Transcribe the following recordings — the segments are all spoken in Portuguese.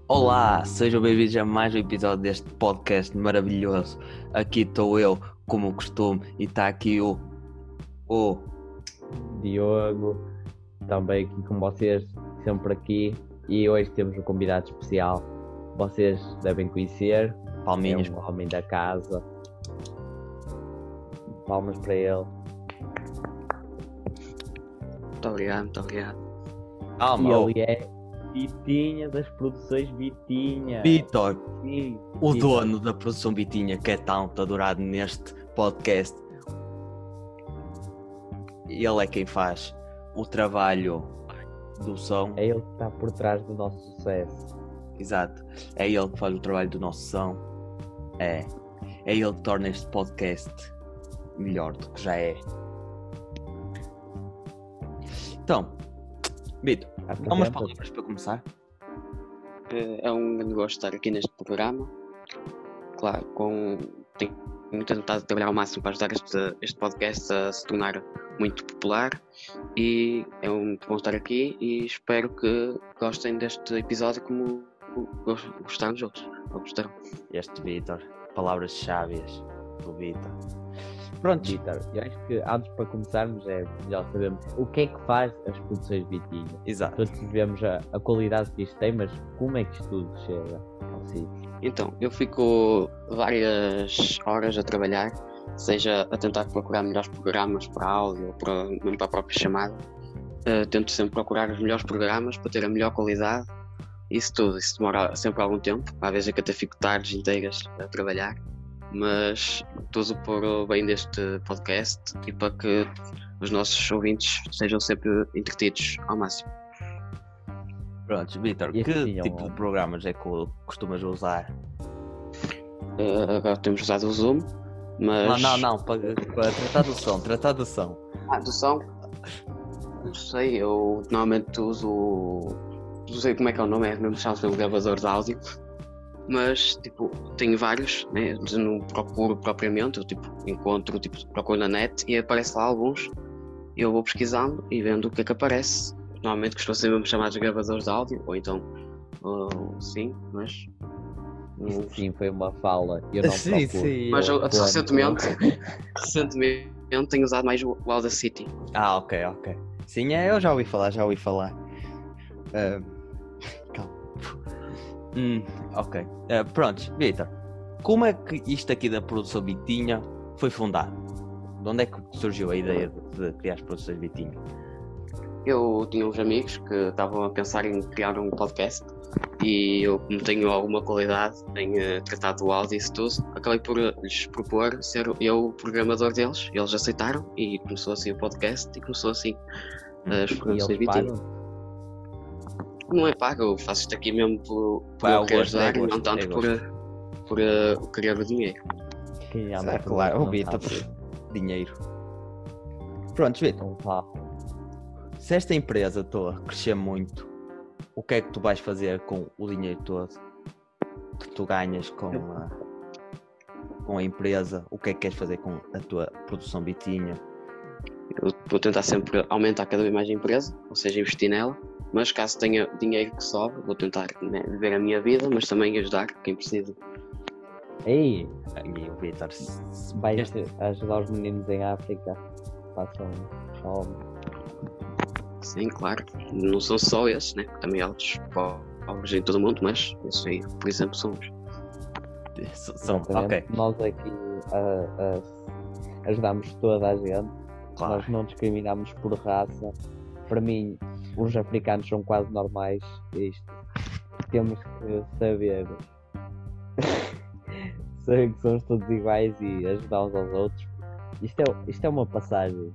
Olá, sejam bem-vindos a mais um episódio deste podcast maravilhoso. Aqui estou eu, como costume, e está aqui o Diogo, também aqui com vocês, sempre aqui. E hoje temos um convidado especial. Vocês devem conhecer, Palminhas. é um homem da casa. Palmas para ele. Muito obrigado. E ele é Vitinha das produções Vitinha. Vitor, Sim, o Vitor. dono da produção Vitinha, que é tanto adorado neste podcast. Ele é quem faz o trabalho do som. É ele que está por trás do nosso sucesso. Exato, é ele que faz o trabalho do nosso som. É ele que torna este podcast melhor do que já é. Então, Vitor, dá umas Apresenta-te. palavras para começar. É um grande gosto estar aqui neste programa. Claro, tenho tentado trabalhar ao máximo para ajudar este podcast a se tornar muito popular. E é muito bom estar aqui e espero que gostem deste episódio como gostaram dos outros. Ou gostaram. Este Vitor, palavras sábias do Vitor. Pronto, Vitor, eu acho que antes para começarmos é melhor sabermos o que é que faz as produções Vitinha. exato. Todos vemos a qualidade que isto tem, mas como é que isto tudo chega ao sítio? Então, eu fico várias horas a trabalhar, seja a tentar procurar melhores programas para áudio ou mesmo para a própria chamada. Tento sempre procurar os melhores programas para ter a melhor qualidade. Isso tudo, isso demora sempre algum tempo. Às vezes é que até fico tardes inteiras a trabalhar, mas tudo por o bem deste podcast e para que os nossos ouvintes sejam sempre entretidos ao máximo. Pronto, Vitor, Este que tinha tipo de programas é que costumas usar? Agora temos usado o Zoom, mas... Não, para tratar do som. Do som? Não sei, eu normalmente uso... Não sei como é que é o nome, é mesmo chama-se um gravador de áudio. Mas, tipo, tenho vários, né? Eu não procuro propriamente, eu, procuro na net e aparece lá alguns. Eu vou pesquisando e vendo o que é que aparece. Normalmente costumam ser mesmo chamados gravadores de áudio, ou então, sim, mas... Isto sim foi uma fala, eu não procuro. Sim. Mas eu, Quando- recentemente tenho usado mais o Audacity. Ok. Sim, eu já ouvi falar. Calma. Ok. Pronto, Vitor, como é que isto aqui da produção Vitinha foi fundado? De onde é que surgiu a ideia de criar as produções Vitinha? Eu tinha uns amigos que estavam a pensar em criar um podcast e eu, como tenho alguma qualidade em tratar do áudio e isso tudo, acabei por lhes propor ser eu o programador deles. Eles aceitaram e começou assim o podcast e começou assim as E produções eles Vitinha. pagam? Não é pago, eu faço isto aqui mesmo por Pá, eu querer gosto, ajudar e gosto, não tanto por querer o dinheiro. Quem anda É por claro, aí o não Vitor, sabe. dinheiro. Pronto, Vitor, Não fala. se esta empresa toda crescer muito, o que é que tu vais fazer com o dinheiro todo que tu ganhas com a empresa? O que é que queres fazer com a tua produção Vitinha? Eu vou tentar sempre aumentar cada vez mais a empresa, ou seja, investir nela, mas caso tenha dinheiro que sobre, vou tentar, né, viver a minha vida, mas também ajudar quem precisa. Ei, E o Vitor, vais ajudar os meninos em África. Façam fome. Sim, claro, não são só esses, né? Também há outros pobres em todo o mundo, mas esses aí, por exemplo, são os. são ok, Nós aqui ajudamos toda a gente. claro. Nós não discriminamos por raça. Para mim, os africanos são quase normais. Isto. Temos que saber que somos todos iguais e ajudar uns aos outros. Isto é uma passagem.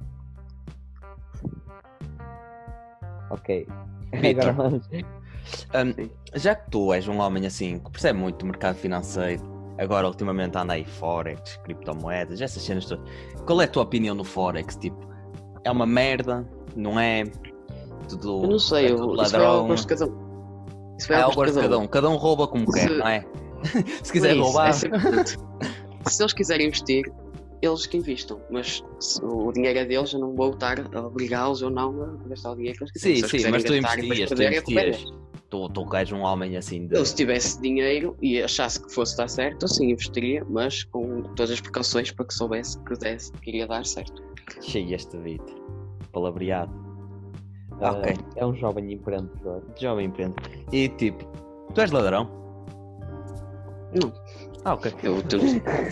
Ok. Vitor. Agora vamos. Já que tu és um homem assim que percebe muito do mercado financeiro, agora ultimamente anda aí Forex, criptomoedas, essas cenas todas, qual é a tua opinião no Forex? Tipo, é uma merda? Não é? Tudo, Eu não sei, é tudo isso vai ao ladrão? gosto de cada um. Isso vai É ao ao gosto de cada um. Cada um rouba como quer, Se- não é? Se quiser Não é isso, roubar. é sempre tudo. Se eles quiserem investir, eles que investam, mas se o dinheiro é deles, eu não vou estar a obrigá-los ou não a gastar o dinheiro que eles quiserem. Sim, Se eles sim, quiserem mas tu gastar e depois investias, perderem, a culpa é deles. Tu és um homem assim de... Eu, se tivesse dinheiro e achasse que fosse dar certo, sim, investiria, mas com todas as precauções para que soubesse que iria dar certo. Cheio este Vitor. Palavreado. Ah, Ok. É um jovem empreendedor. Jovem empreende. E tipo, tu és ladrão? Não, Ok. eu tento,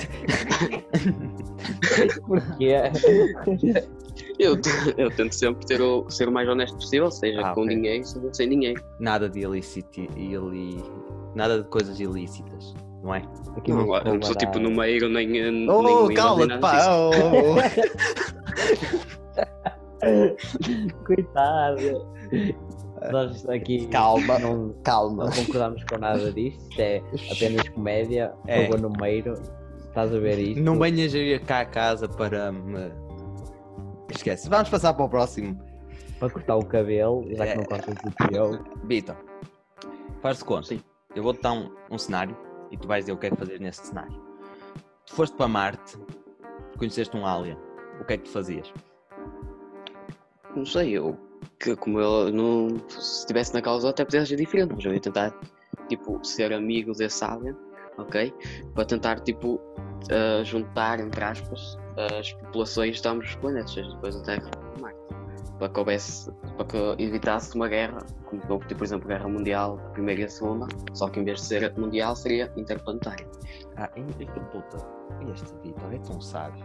Porquê? eu tento sempre ser o mais honesto possível, seja com Ok. dinheiro, seja sem dinheiro. Nada de nada de coisas ilícitas, não é? Aqui Não, neste eu não sou tipo programa número, nem Cala-te, pá! Coitado. Nós aqui Calma, não calma. concordamos com nada disto. Isto é apenas comédia. É. Favor número. Estás a ver isto? Não venhas a vir cá a casa para me... Esquece. Vamos passar para o próximo. Para cortar o cabelo, já que não cortas o teu. Vitor, faz-te conta. Sim. Eu vou-te dar um cenário e tu vais dizer o que é que fazer nesse cenário. Tu foste para Marte, conheceste um alien. O que é que tu fazias? Não sei, como eu não, se estivesse na causa até podia ser diferente, mas eu ia tentar tipo ser amigo desse alien, ok? Para tentar tipo juntar, entre aspas, as populações de ambos os planetas, seja depois da Terra e Marte, para que evitasse uma guerra, como houve, tipo, por exemplo, Guerra Mundial, a Primeira e a Segunda, só que em vez de ser mundial seria interplanetária. Puta, este Vitor é tão sábio.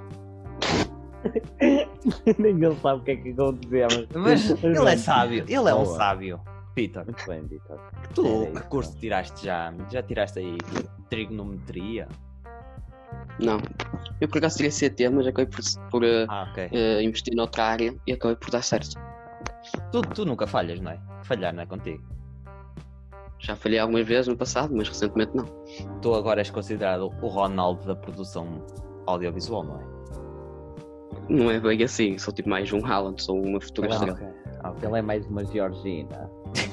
Nem ele sabe o que é que aconteceu. Mas ele é sábio, ele é um Boa. sábio. Vitor, Muito bem, Vitor. tu Era que isso, curso tiraste já? Já tiraste aí trigonometria? Não, eu por acaso tirei CT, mas acabei por Ok. investir noutra área e acabei por dar certo. Tu nunca falhas, não é? Falhar não é contigo. Já falhei algumas vezes no passado, mas recentemente não. Tu agora és considerado o Ronaldo da produção audiovisual, não é? Não é bem assim, sou tipo mais um Haaland, sou uma futura estrela. Ok. Ele é mais uma Georgina.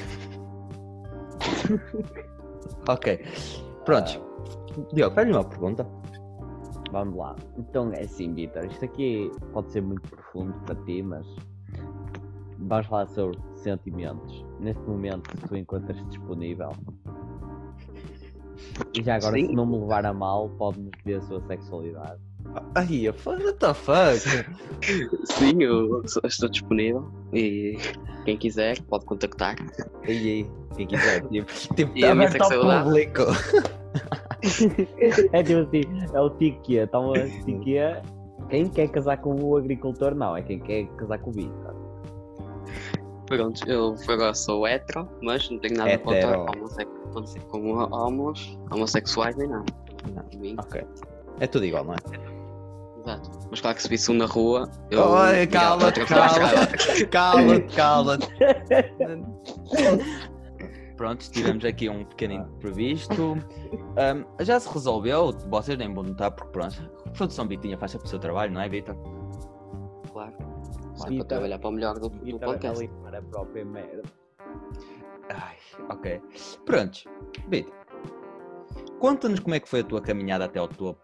Ok. Prontos. Diogo, faz-lhe uma pergunta. Vamos lá. Então é assim, Vitor. Isto aqui pode ser muito profundo para ti, mas vamos falar sobre sentimentos. Neste momento, tu encontras-te disponível. E já agora, Sim. se não me levar a mal, pode-nos dizer a sua sexualidade. Ai, what the fuck? Sim, eu estou disponível e quem quiser pode contactar. Ai, quem quiser, tipo, E a minha aberto ao sexualidade? público. É tipo assim, é o Tiquê. Então, o Tiquê, quem quer casar com o agricultor, não. É quem quer casar com o Vitor. Pronto, eu por agora sou hetero, mas não tenho nada Hetero. contra homossexuais nem nada. Não. Por mim, Ok. É tudo igual, não é? exato. Mas claro que se visse um na rua, eu. Oi, cala-te, cala-te, cala-te. Pronto, tivemos aqui um pequeno imprevisto. Já se resolveu, vocês nem vão notar porque pronto. A produção Bitinha faz sempre o seu trabalho, não é, Vitor? Claro. Vitor- Sempre a trabalhar para o melhor do Vitor podcast. ali para a própria merda. Ai, ok. Prontos, Vitor. Conta-nos como é que foi a tua caminhada até ao topo.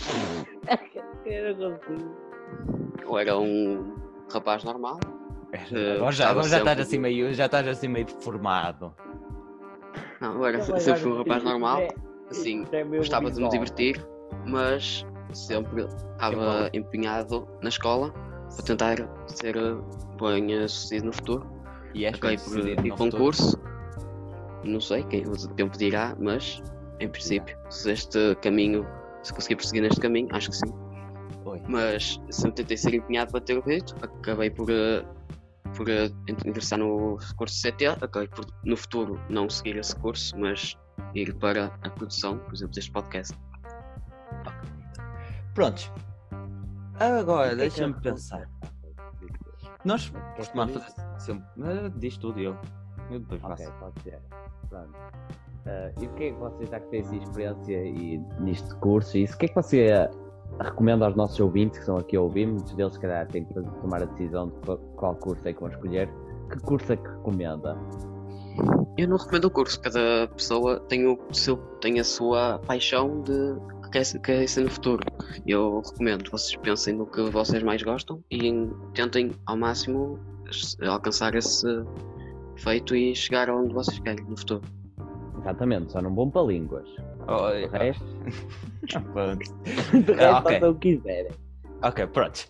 Eu não consigo. Eu era um rapaz normal. Agora já gostava estás sempre assim meio deformado. Não, eu era Então, sempre agora, um rapaz isto normal. é- Assim, isto é meu gostava de me visual. divertir, mas sempre estava empenhado na escola para tentar ser bem sucedido no futuro. E és Acabei bem por sucedido ir no para um futuro. curso, não sei, o tempo dirá, mas em princípio, se este caminho, se conseguir prosseguir neste caminho, acho que sim. Oi. Mas sempre tentei ser empenhado para ter o rédito, acabei por ingressar no curso de CT, acabei por no futuro não seguir esse curso, mas ir para a produção, por exemplo, deste podcast. Prontos. Agora, O que é que deixa-me é- pensar. Nós que costumamos tu fazer sempre. Diz tudo eu. Eu depois faço. Ok, pode ser. Pronto. E o que é que você, já que tem essa experiência e neste curso, isso, o que é que você recomenda aos nossos ouvintes que estão aqui a ouvir? Muitos deles, se calhar, têm que tomar a decisão de qual curso é que vão escolher. Que curso é que recomenda? Eu não recomendo o curso, cada pessoa tem a sua paixão de que quer ser no futuro. Eu recomendo, vocês pensem no que vocês mais gostam e tentem ao máximo alcançar feito e chegar onde vocês querem no futuro. Exatamente, só não vão para línguas. Oh, O resto, pronto. o resto ok. façam o que quiserem. Ok, pronto.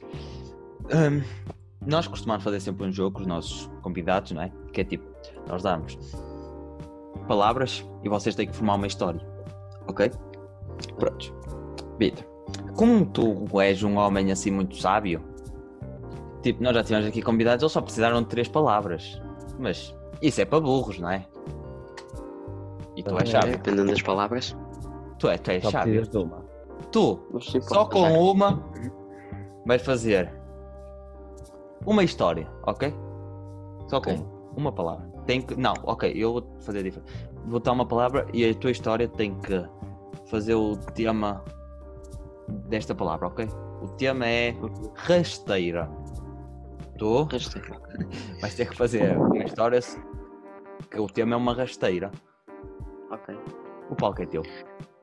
Nós costumamos fazer sempre um jogo com os nossos convidados, não é? Que é tipo, nós damos palavras e vocês têm que formar uma história. Ok? Pronto. Vitor, como tu és um homem assim muito sábio, tipo, nós já tivemos aqui convidados, eles só precisaram de 3 palavras. Mas isso é para burros, não é? E tu és sábio. Dependendo das palavras. Tu és Só sábio. precisas de uma. Tu, Mas sim, só pode com uma, vais fazer uma história, ok? Só com Ok. uma palavra. Tem que... Não, ok, eu vou fazer diferente. Vou dar uma palavra e a tua história tem que fazer o tema desta palavra, ok? O tema é rasteira. Tu Rasteira. vais ter que fazer uma história que o tema é uma rasteira. Ok. O palco é teu.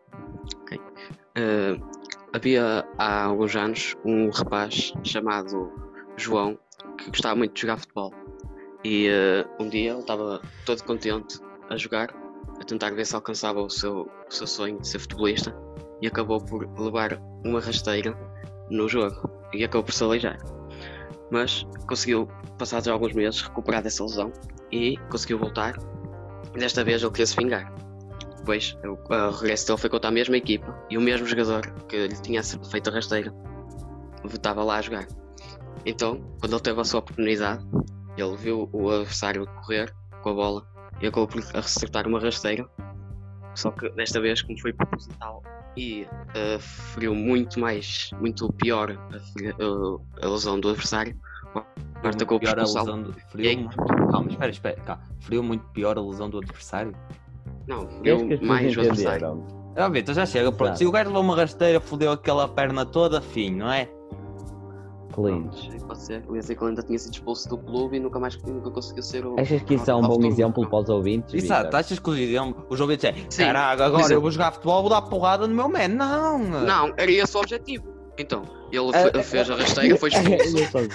Havia há alguns anos um rapaz chamado João que gostava muito de jogar futebol e um dia ele estava todo contente a jogar, a tentar ver se alcançava o seu sonho de ser futebolista e acabou por levar uma rasteira no jogo e acabou por se aleijar. Mas conseguiu, passados alguns meses, recuperar dessa lesão e conseguiu voltar. Desta vez ele queria se vingar. Depois, o regresso dele foi contra a mesma equipa e o mesmo jogador que lhe tinha feito a rasteira estava lá a jogar. Então, quando ele teve a sua oportunidade, ele viu o adversário correr com a bola e acabou por acertar uma rasteira. Só que desta vez, como foi proposital e feriu muito pior a lesão do adversário, agora acabou por Pior a expulsá-lo. lesão do... E Feriu aí? muito... Calma, espera. Calma. Feriu muito pior a lesão do adversário? Não, Desde feriu que as pessoas mais o adversário. entenderam. Ah, Vitor, já chega, pronto. Exato. Se o gajo levou uma rasteira, fodeu aquela perna toda, fim, não é? Cleans. Pode ser. Eu ia dizer que ele ainda tinha sido expulso do clube e nunca conseguiu ser o. Achas que isso é um bom exemplo para os ouvintes? Exato, Vitor? achas que os ouvintes é Sim, caralho, por agora eu exemplo. vou jogar futebol, vou dar porrada no meu man. Não! Não, era esse o objetivo. Então, ele fez a rasteira, foi expulso.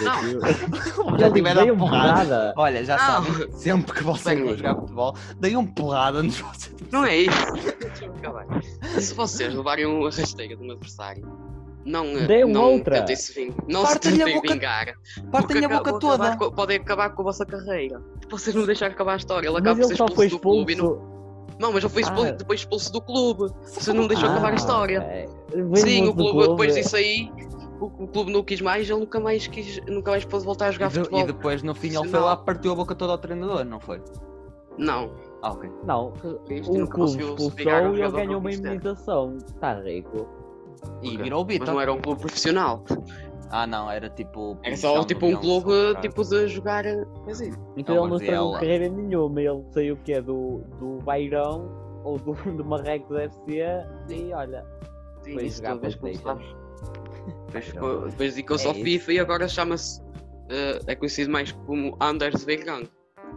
Já Ele tiver a deu porrada. porrada. Olha, já Não. sabem, sempre que vocês Espera vão aí. jogar futebol, deem um porrada nos vossos. Não é isso. Deixa-me acabar. Se vocês levarem uma rasteira de um adversário, não Dê-me outra. tentem se vingar. Não se Partem-lhe a tentem boca- vingar. Partem a boca toda. Podem acabar com a vossa carreira. Vocês não deixarem acabar a história. Ele Mas acaba por ser ele só foi expulso do clube. expulso. Não, mas ele foi Ah. depois expulso do clube. Você não deixou acabar a história. ok. Sim, Vimos o do clube, depois disso aí, o clube não quis mais, ele nunca mais pôde voltar a jogar futebol. E depois no fim ele Isso foi não. lá, partiu a boca toda ao treinador, não foi? Não, Ah, ok. Não, Isto o nunca clube conseguiu se vingar expulsou um e ele jogador ganhou não uma quis ter. indemnização. Está rico. E virou o mas Vitor. não era um clube profissional. Ah, não, era tipo. Era só tipo um clube tipo de jogar assim. Então É ele uma não estragou viela. carreira nenhuma. Ele saiu o quê? Do Bairão ou do Marrecos FC e olha. Sim, Foi isso jogar toda vez que PlayStation. começámos. Depois dedicou-se É ao isso. FIFA e agora chama-se. É conhecido mais como Anders Weghorst.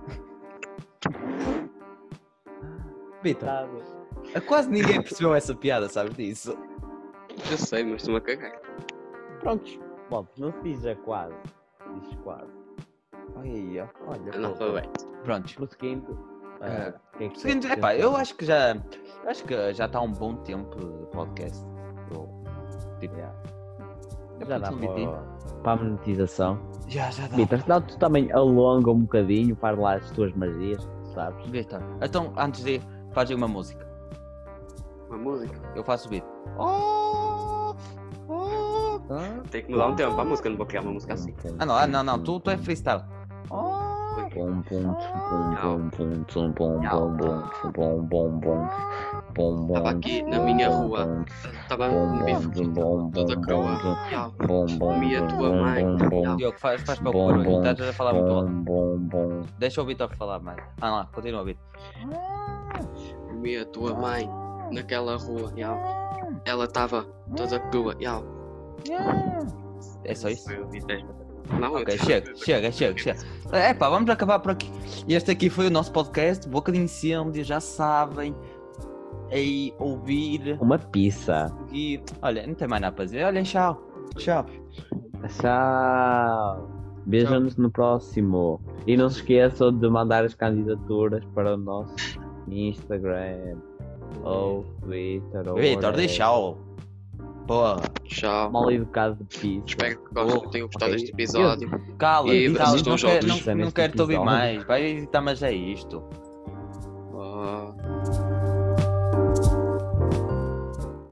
Vitor, Sabe? quase ninguém percebeu essa piada, sabes disso? Eu sei, mas estou-me a cagar. Prontos. Bom, não se diz já quase. Diz quase. Olha, Analfabeto. pronto. Prosseguindo. É. O que é que Seguinte, tens epá, eu pensado? acho que já está um bom tempo de podcast. Tipo, Yeah. é Já para dá transmitir. para a monetização. Já dá. Vitor, senão tu também alonga um bocadinho para lá as tuas magias, sabes? Vitor, então antes de ir, faz aí uma música. Uma música. Eu faço o beat. Oh, oh. Tem que mudar um tempo. A música, não vou criar uma música assim. Não, tu é freestyle. Oh. Bom, Estava aqui na minha rua. Estava um bife toda crua. Yau. Comia a tua mãe. Yau. Diogo, faz para o coro, estás a falar muito alto. Deixa o Vitor falar mais. Ah lá, continua, Vitor. Comia a tua mãe naquela rua. Yau. Ela estava toda crua. Yau. É só isso? Foi o Vitor. Não, Ok, chega. É pá, vamos acabar por aqui. Este aqui foi o nosso podcast, Boca de Incêndio, já sabem. Aí, ouvir, uma pizza. seguir. Olha, não tem mais nada para dizer. Olha, tchau. Tchau. Tchau. Vejam-nos no próximo. E não se esqueçam de mandar as candidaturas para o nosso Instagram ou Twitter ou Vitor, diz tchau. Porra, Tchau. mal educado de piso. Espero que tenham gostado Ok. deste episódio. cala, E cala, assistam os outros. não quero te ouvir mais. Vai editar, mas é isto.